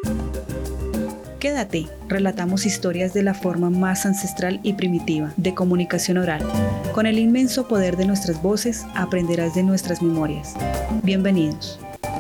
Quédate, relatamos historias de la forma más ancestral y primitiva de comunicación oral. Con el inmenso poder de nuestras voces, aprenderás de nuestras memorias. Bienvenidos.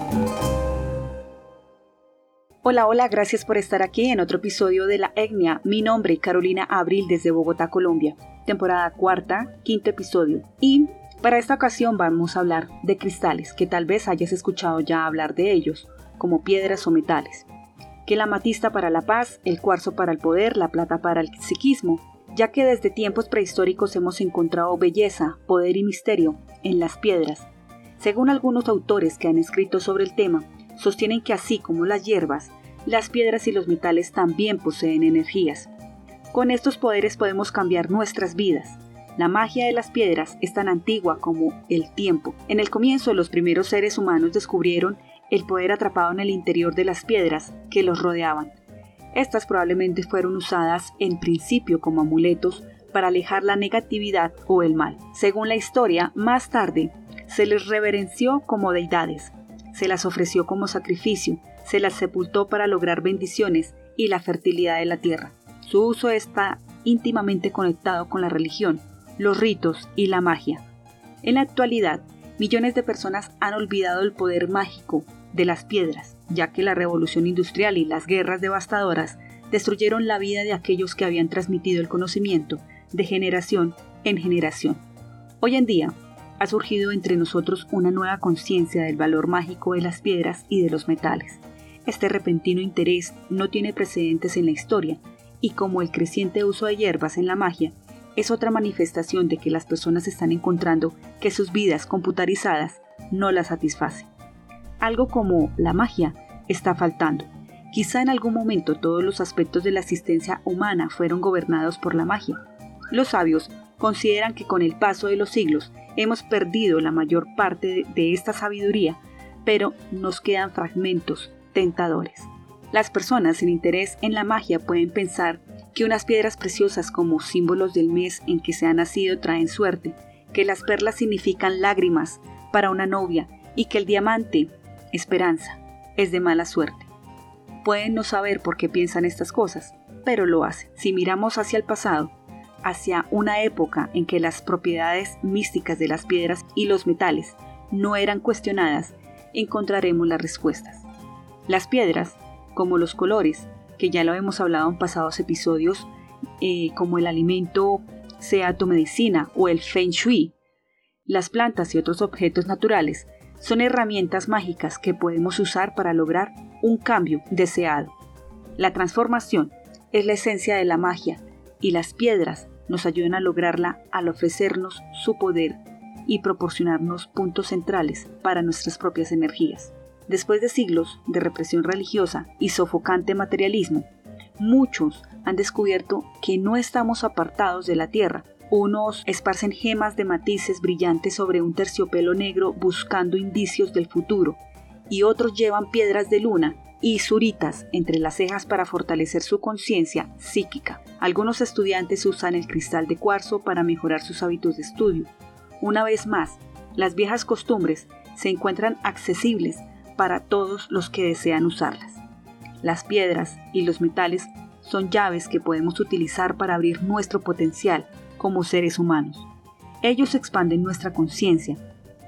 Hola, gracias por estar aquí en otro episodio de La Etnia. Mi nombre, Carolina Abril, desde Bogotá, Colombia. Temporada cuarta, quinto episodio. Y para esta ocasión vamos a hablar de cristales, que tal vez hayas escuchado ya hablar de ellos, como piedras o metales. Que la amatista para la paz, el cuarzo para el poder, la plata para el psiquismo, ya que desde tiempos prehistóricos hemos encontrado belleza, poder y misterio en las piedras. Según algunos autores que han escrito sobre el tema, sostienen que así como las hierbas, las piedras y los metales también poseen energías. Con estos poderes podemos cambiar nuestras vidas. La magia de las piedras es tan antigua como el tiempo. En el comienzo, los primeros seres humanos descubrieron el poder atrapado en el interior de las piedras que los rodeaban. Estas probablemente fueron usadas en principio como amuletos para alejar la negatividad o el mal. Según la historia, más tarde se les reverenció como deidades, se las ofreció como sacrificio, se las sepultó para lograr bendiciones y la fertilidad de la tierra. Su uso está íntimamente conectado con la religión, los ritos y la magia. En la actualidad, millones de personas han olvidado el poder mágico de las piedras, ya que la revolución industrial y las guerras devastadoras destruyeron la vida de aquellos que habían transmitido el conocimiento de generación en generación. Hoy en día, ha surgido entre nosotros una nueva conciencia del valor mágico de las piedras y de los metales. Este repentino interés no tiene precedentes en la historia, y como el creciente uso de hierbas en la magia, es otra manifestación de que las personas están encontrando que sus vidas computarizadas no las satisfacen. Algo como la magia está faltando. Quizá en algún momento todos los aspectos de la existencia humana fueron gobernados por la magia. Los sabios consideran que con el paso de los siglos hemos perdido la mayor parte de esta sabiduría, pero nos quedan fragmentos tentadores. Las personas sin interés en la magia pueden pensar que unas piedras preciosas como símbolos del mes en que se ha nacido traen suerte, que las perlas significan lágrimas para una novia y que el diamante, esperanza, es de mala suerte. Pueden no saber por qué piensan estas cosas, pero lo hacen. Si miramos hacia el pasado, hacia una época en que las propiedades místicas de las piedras y los metales no eran cuestionadas, encontraremos las respuestas. Las piedras, como los colores, que ya lo hemos hablado en pasados episodios, como el alimento sea tu medicina o el Feng Shui, las plantas y otros objetos naturales son herramientas mágicas que podemos usar para lograr un cambio deseado. La transformación es la esencia de la magia y las piedras nos ayudan a lograrla al ofrecernos su poder y proporcionarnos puntos centrales para nuestras propias energías. Después de siglos de represión religiosa y sofocante materialismo, muchos han descubierto que no estamos apartados de la tierra. Unos esparcen gemas de matices brillantes sobre un terciopelo negro buscando indicios del futuro, y otros llevan piedras de luna y zuritas entre las cejas para fortalecer su conciencia psíquica. Algunos estudiantes usan el cristal de cuarzo para mejorar sus hábitos de estudio. Una vez más, las viejas costumbres se encuentran accesibles para todos los que desean usarlas. Las piedras y los metales son llaves que podemos utilizar para abrir nuestro potencial como seres humanos. Ellos expanden nuestra conciencia,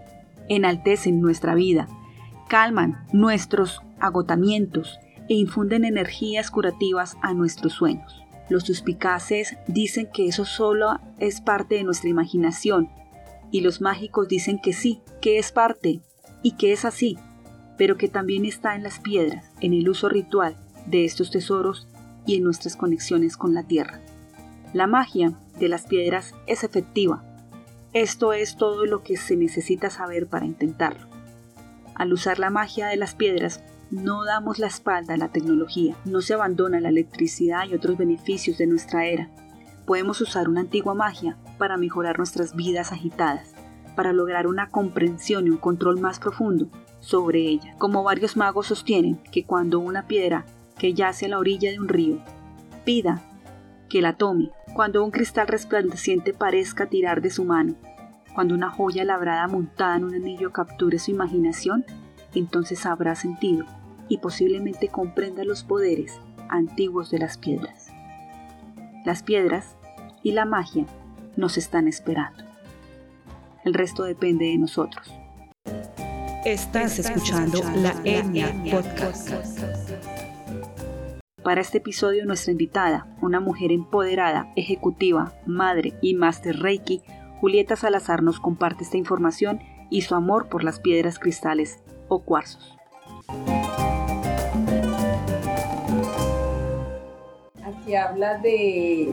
enaltecen nuestra vida, calman nuestros agotamientos e infunden energías curativas a nuestros sueños. Los suspicaces dicen que eso solo es parte de nuestra imaginación, y los mágicos dicen que sí, que es parte y que es así, pero que también está en las piedras, en el uso ritual de estos tesoros y en nuestras conexiones con la tierra. La magia de las piedras es efectiva. Esto es todo lo que se necesita saber para intentarlo. Al usar la magia de las piedras, no damos la espalda a la tecnología, no se abandona la electricidad y otros beneficios de nuestra era. Podemos usar una antigua magia para mejorar nuestras vidas agitadas, para lograr una comprensión y un control más profundo sobre ella. Como varios magos sostienen que cuando una piedra que yace a la orilla de un río pida que la tome, cuando un cristal resplandeciente parezca tirar de su mano, cuando una joya labrada montada en un anillo capture su imaginación, entonces habrá sentido y posiblemente comprenda los poderes antiguos de las piedras. Las piedras y la magia nos están esperando. El resto depende de nosotros. Estás escuchando la Etnia Podcast. Para este episodio, nuestra invitada, una mujer empoderada, ejecutiva, madre y máster Reiki, Julieta Salazar, nos comparte esta información y su amor por las piedras cristales o cuarzos. Aquí habla de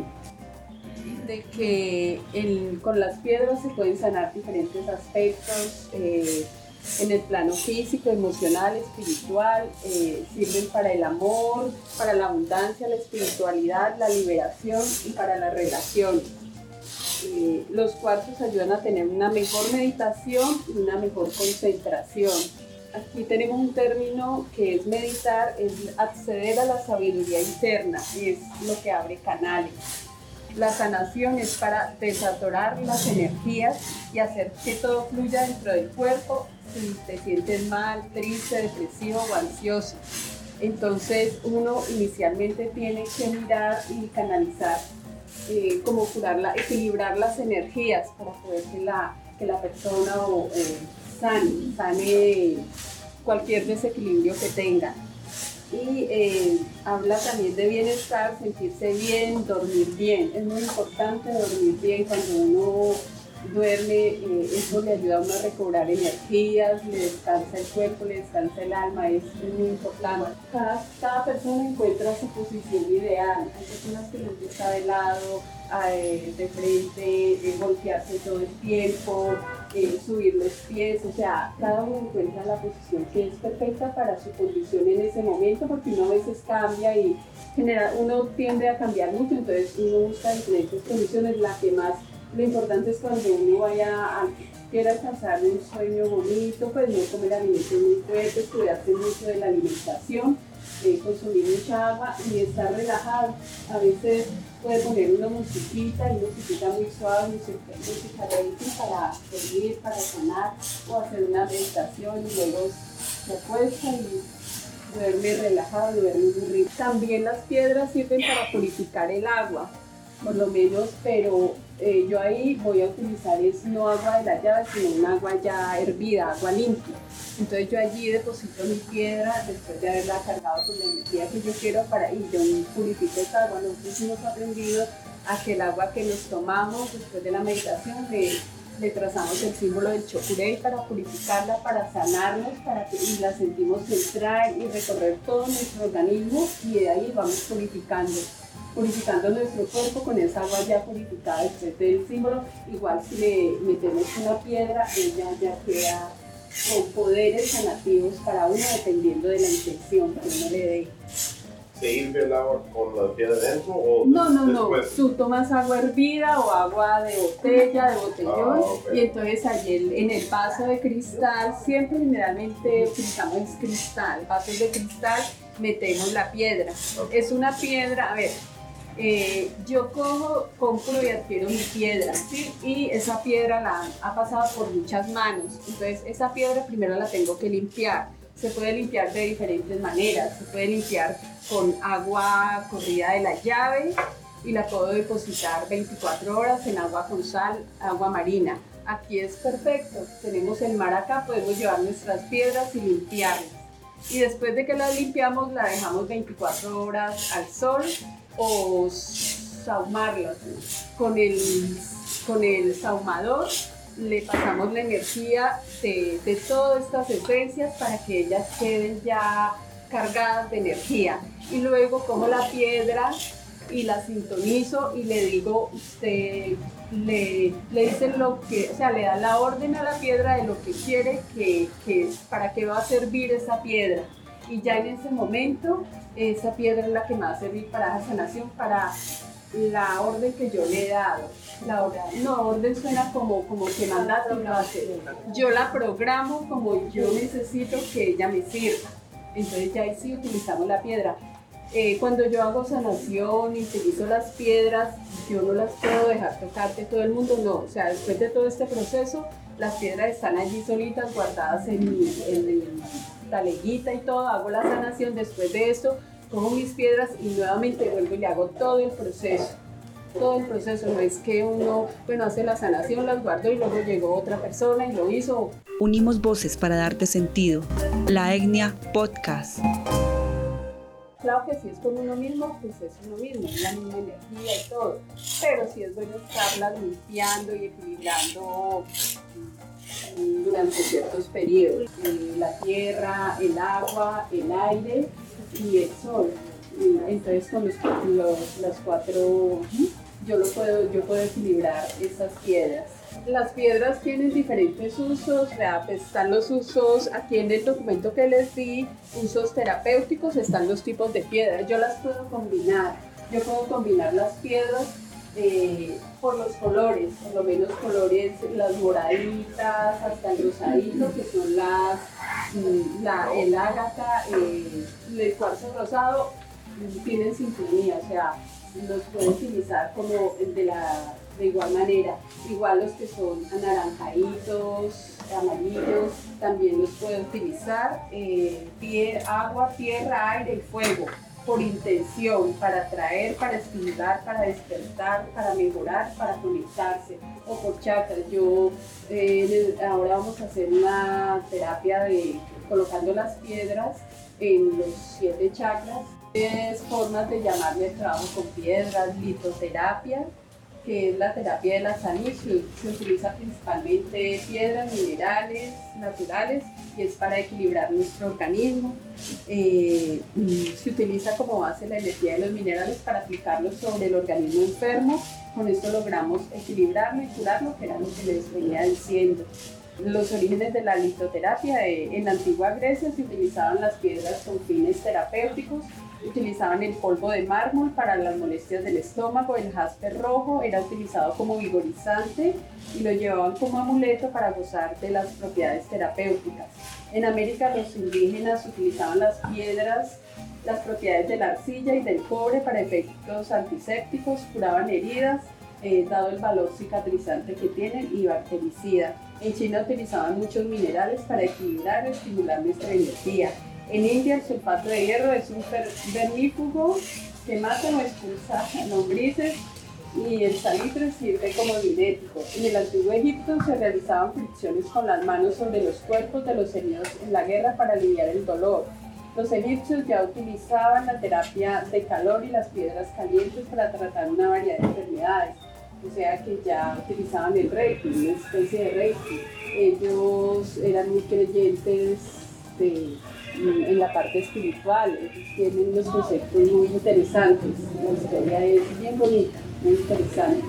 que con las piedras se pueden sanar diferentes aspectos en el plano físico, emocional, espiritual, sirven para el amor, para la abundancia, la espiritualidad, la liberación y para las relaciones. Los cuarzos ayudan a tener una mejor meditación y una mejor concentración. Aquí tenemos un término que es meditar, es acceder a la sabiduría interna, es lo que abre canales. La sanación es para desatorar las energías y hacer que todo fluya dentro del cuerpo si te sientes mal, triste, depresivo o ansioso. Entonces uno inicialmente tiene que mirar y canalizar cómo equilibrar las energías para poder que la persona sane cualquier desequilibrio que tenga. Y habla también de bienestar, sentirse bien, dormir bien. Es muy importante dormir bien. Cuando uno duerme, eso le ayuda a uno a recobrar energías, le descansa el cuerpo, le descansa el alma, es muy importante. Cada persona encuentra su posición ideal. Hay personas que les gusta de lado, de frente, golpearse todo el tiempo, subir los pies, o sea, cada uno encuentra la posición que es perfecta para su condición en ese momento, porque uno a veces cambia y uno tiende a cambiar mucho, entonces uno busca diferentes condiciones. Lo importante es cuando uno quiera alcanzar un sueño bonito, pues no comer alimentos muy fuertes, cuidarse mucho de la alimentación, consumir mucha agua y estar relajado. A veces puede poner una musiquita muy suave, música Reiki para dormir, para sanar, o hacer una meditación y luego se acuesta y duerme relajado, duerme muy rico. También las piedras sirven para purificar el agua, por lo menos, pero yo ahí voy a utilizar no agua de la llave, sino un agua ya hervida, agua limpia. Entonces yo allí deposito mi piedra después de haberla cargado con la energía que yo quiero y yo purifico esa agua. Nosotros hemos aprendido a que el agua que nos tomamos después de la meditación le trazamos el símbolo del Chokurei para purificarla, para sanarnos, y la sentimos entrar y recorrer todo nuestro organismo, y de ahí vamos purificando nuestro cuerpo con esa agua ya purificada después del símbolo. Igual si le metemos una piedra, ella ya queda con poderes sanativos para uno, dependiendo de la intención que uno le dé. ¿Se hirve el agua con la piedra dentro o No. Tú tomas agua hervida o agua de botella, de botellón, okay. Y entonces allí en el vaso de cristal, siempre generalmente utilizamos cristal, vasos de cristal, metemos la piedra. Okay. Es una piedra, a ver, yo compro y adquiero mi piedra, ¿sí? Y esa piedra ha pasado por muchas manos, entonces esa piedra primero la tengo que limpiar. Se puede limpiar de diferentes maneras, se puede limpiar con agua corrida de la llave y la puedo depositar 24 horas en agua con sal, agua marina. Aquí es perfecto, tenemos el mar acá, podemos llevar nuestras piedras y limpiarlas. Y después de que las limpiamos, la dejamos 24 horas al sol o sahumarlas con el sahumador. Le pasamos la energía de todas estas esencias para que ellas queden ya cargadas de energía. Y luego cojo la piedra y la sintonizo y le digo, usted le dice le da la orden a la piedra de lo que quiere, para qué va a servir esa piedra. Y ya en ese momento, esa piedra es la que me va a servir para la sanación, para la orden que yo le he dado. Orden suena como que mandato, yo la programo como yo necesito que ella me sirva. Entonces ya ahí sí utilizamos la piedra. Cuando yo hago sanación y utilizo las piedras, yo no las puedo dejar tocar de todo el mundo, no. O sea, después de todo este proceso, las piedras están allí solitas, guardadas en taleguita y todo, hago la sanación, después de esto cojo mis piedras y nuevamente vuelvo y le hago todo el proceso. Todo el proceso, no es que uno, hace la sanación, las guardo y luego llegó otra persona y lo hizo. Unimos voces para darte sentido. La Etnia Podcast. Claro que si es con uno mismo, pues es uno mismo, es la misma energía y todo. Pero sí es bueno estarlas limpiando y equilibrando durante ciertos periodos. La tierra, el agua, el aire y el sol. Entonces con las cuatro yo puedo equilibrar esas piedras. Las piedras tienen diferentes usos, están los usos, aquí en el documento que les di, usos terapéuticos, están los tipos de piedras, yo las puedo combinar, las piedras por los colores, por lo menos colores, las moraditas, hasta el rosadito, que son el ágata, el cuarzo rosado, tienen sintonía, o sea, los puedo utilizar como de igual manera. Igual los que son anaranjaditos, amarillos, también los puedo utilizar. Agua, tierra, aire y fuego, por intención, para atraer, para estimular, para despertar, para mejorar, para conectarse, o por chakras. Ahora vamos a hacer una terapia colocando las piedras en los 7 chakras. Es formas de llamarle el trabajo con piedras, litoterapia, que es la terapia de la salud. Se utiliza principalmente piedras, minerales naturales, y es para equilibrar nuestro organismo. Se utiliza como base la energía de los minerales para aplicarlos sobre el organismo enfermo. Con esto logramos equilibrarlo y curarlo, que era lo que les venía diciendo. Los orígenes de la litoterapia: en la antigua Grecia se utilizaban las piedras con fines terapéuticos. Utilizaban el polvo de mármol para las molestias del estómago, el jaspe rojo era utilizado como vigorizante y lo llevaban como amuleto para gozar de las propiedades terapéuticas. En América los indígenas utilizaban las piedras, las propiedades de la arcilla y del cobre para efectos antisépticos, curaban heridas, dado el valor cicatrizante que tienen, y bactericida. En China utilizaban muchos minerales para equilibrar y estimular nuestra energía. En India el sulfato de hierro es un vermífugo que mata o expulsa lombrices, y el salitre sirve como diurético. En el antiguo Egipto se realizaban fricciones con las manos sobre los cuerpos de los heridos en la guerra para aliviar el dolor. Los egipcios ya utilizaban la terapia de calor y las piedras calientes para tratar una variedad de enfermedades. O sea que ya utilizaban el reiki, una especie de reiki. Ellos eran muy creyentes en la parte espiritual, tienen unos conceptos muy interesantes. La historia es bien bonita, muy interesante.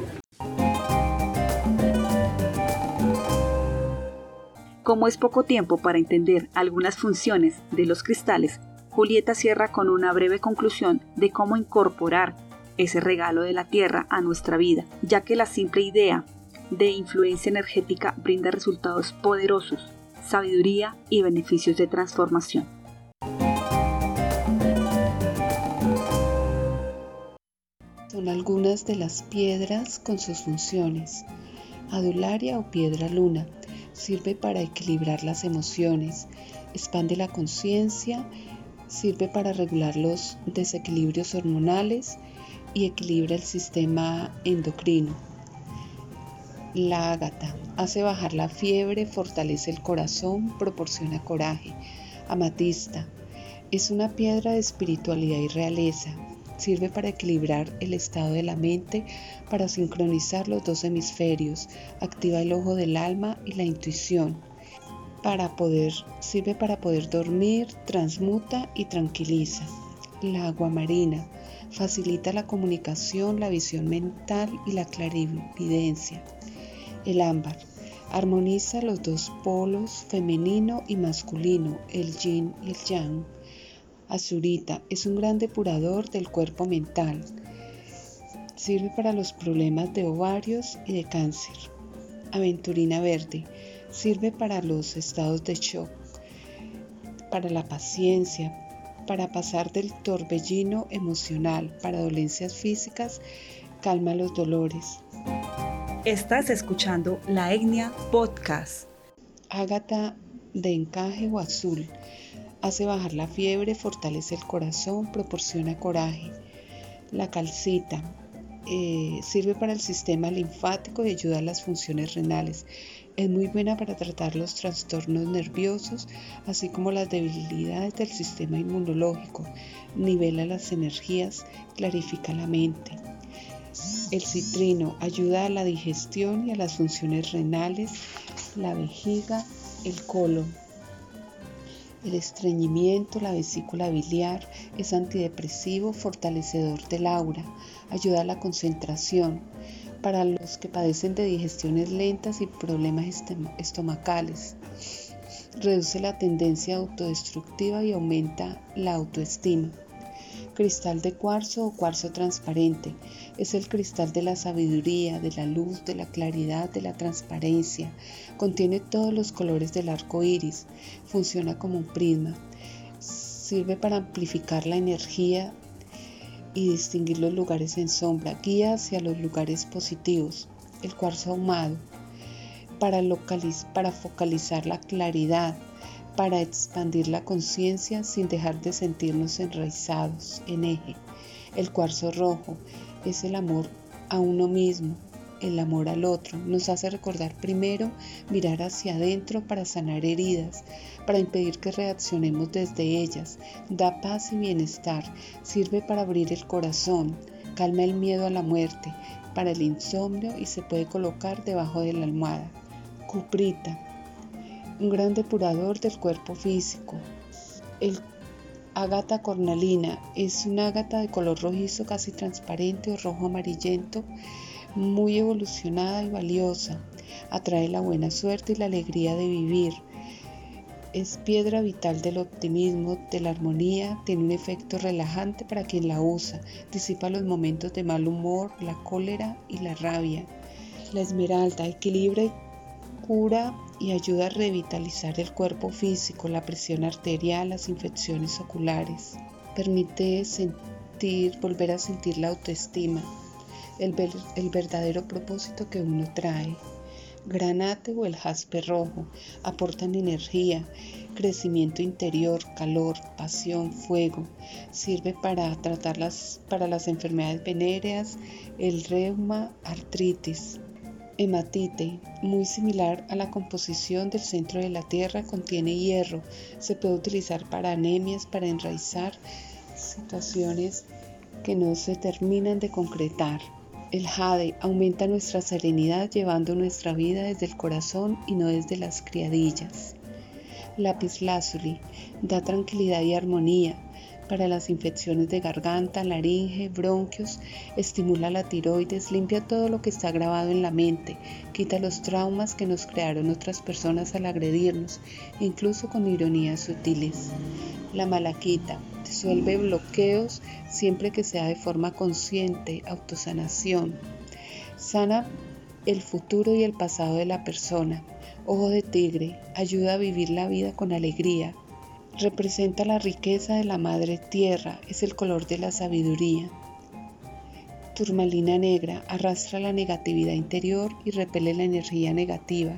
Como es poco tiempo para entender algunas funciones de los cristales, Julieta cierra con una breve conclusión de cómo incorporar ese regalo de la tierra a nuestra vida, ya que la simple idea de influencia energética brinda resultados poderosos, sabiduría y beneficios de transformación. Son algunas de las piedras con sus funciones. Adularia o piedra luna sirve para equilibrar las emociones, expande la conciencia, sirve para regular los desequilibrios hormonales y equilibra el sistema endocrino. La ágata hace bajar la fiebre, fortalece el corazón, proporciona coraje. Amatista es una piedra de espiritualidad y realeza. Sirve para equilibrar el estado de la mente, para sincronizar los 2 hemisferios, activa el ojo del alma y la intuición. Sirve para poder dormir, transmuta y tranquiliza. La aguamarina facilita la comunicación, la visión mental y la clarividencia. El ámbar armoniza los 2 polos, femenino y masculino, el yin y el yang. Azurita es un gran depurador del cuerpo mental. Sirve para los problemas de ovarios y de cáncer. Aventurina verde sirve para los estados de shock, para la paciencia, para pasar del torbellino emocional, para dolencias físicas, calma los dolores. Estás escuchando La Etnia Podcast. Ágata de encaje o azul hace bajar la fiebre, fortalece el corazón, proporciona coraje. La calcita sirve para el sistema linfático y ayuda a las funciones renales. Es muy buena para tratar los trastornos nerviosos, así como las debilidades del sistema inmunológico. Nivela las energías, clarifica la mente. El citrino ayuda a la digestión y a las funciones renales, la vejiga, el colon. El estreñimiento, la vesícula biliar, es antidepresivo, fortalecedor del aura, ayuda a la concentración. Para los que padecen de digestiones lentas y problemas estomacales, reduce la tendencia autodestructiva y aumenta la autoestima. Cristal de cuarzo o cuarzo transparente es el cristal de la sabiduría, de la luz, de la claridad, de la transparencia. Contiene todos los colores del arco iris. Funciona como un prisma. Sirve para amplificar la energía y distinguir los lugares en sombra. Guía hacia los lugares positivos. El cuarzo ahumado para focalizar la claridad, para expandir la conciencia sin dejar de sentirnos enraizados en eje. El cuarzo rojo es el amor a uno mismo, el amor al otro. Nos hace recordar primero mirar hacia adentro para sanar heridas, para impedir que reaccionemos desde ellas. Da paz y bienestar. Sirve para abrir el corazón. Calma el miedo a la muerte, para el insomnio y se puede colocar debajo de la almohada. Cuprita, un gran depurador del cuerpo físico. El ágata cornalina es un ágata de color rojizo casi transparente o rojo amarillento, muy evolucionada y valiosa. Atrae la buena suerte y la alegría de vivir. Es piedra vital del optimismo, de la armonía, tiene un efecto relajante para quien la usa, disipa los momentos de mal humor, la cólera y la rabia. La esmeralda equilibra y cura y ayuda a revitalizar el cuerpo físico, la presión arterial, las infecciones oculares. Permite volver a sentir la autoestima, el verdadero propósito que uno trae. Granate o el jaspe rojo aportan energía, crecimiento interior, calor, pasión, fuego. Sirve para tratar para las enfermedades venéreas, el reuma, artritis. Hematite, muy similar a la composición del centro de la tierra, contiene hierro. Se puede utilizar para anemias, para enraizar situaciones que no se terminan de concretar. El jade aumenta nuestra serenidad llevando nuestra vida desde el corazón y no desde las criadillas. Lapislázuli da tranquilidad y armonía para las infecciones de garganta, laringe, bronquios, estimula la tiroides, limpia todo lo que está grabado en la mente, quita los traumas que nos crearon otras personas al agredirnos, incluso con ironías sutiles. La malaquita disuelve bloqueos siempre que sea de forma consciente, autosanación. Sana el futuro y el pasado de la persona. Ojo de tigre ayuda a vivir la vida con alegría. Representa la riqueza de la madre tierra, es el color de la sabiduría. Turmalina negra arrastra la negatividad interior y repele la energía negativa.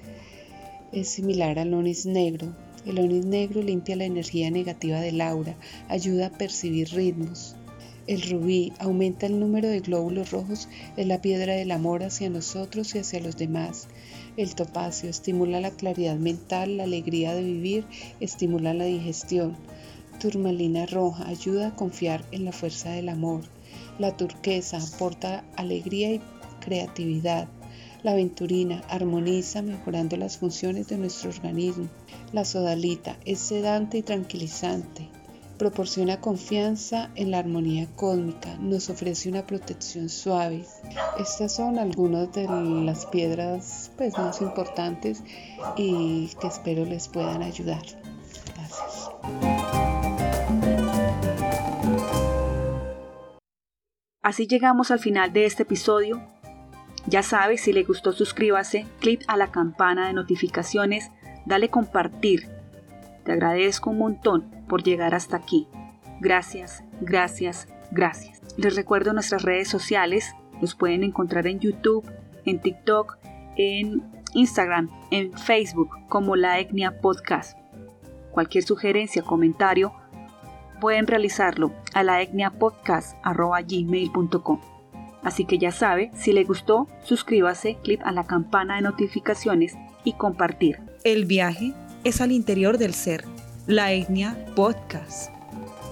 Es similar al onix negro. El onix negro limpia la energía negativa del aura, ayuda a percibir ritmos. El rubí aumenta el número de glóbulos rojos, es la piedra del amor hacia nosotros y hacia los demás. El topacio estimula la claridad mental, la alegría de vivir, estimula la digestión. Turmalina roja ayuda a confiar en la fuerza del amor. La turquesa aporta alegría y creatividad. La aventurina armoniza mejorando las funciones de nuestro organismo. La sodalita es sedante y tranquilizante. Proporciona confianza en la armonía cósmica, nos ofrece una protección suave. Estas son algunas de las piedras más importantes y que espero les puedan ayudar. Gracias. Así llegamos al final de este episodio. Ya sabes, si le gustó, suscríbase, clic a la campana de notificaciones, dale compartir. Te agradezco un montón por llegar hasta aquí. Gracias, gracias, gracias. Les recuerdo nuestras redes sociales. Los pueden encontrar en YouTube, en TikTok, en Instagram, en Facebook como La Etnia Podcast. Cualquier sugerencia, comentario, pueden realizarlo a laetniapodcast@gmail.com. Así que ya sabe, si le gustó, suscríbase, clic a la campana de notificaciones y compartir. El viaje es al interior del ser. La Etnia Podcast.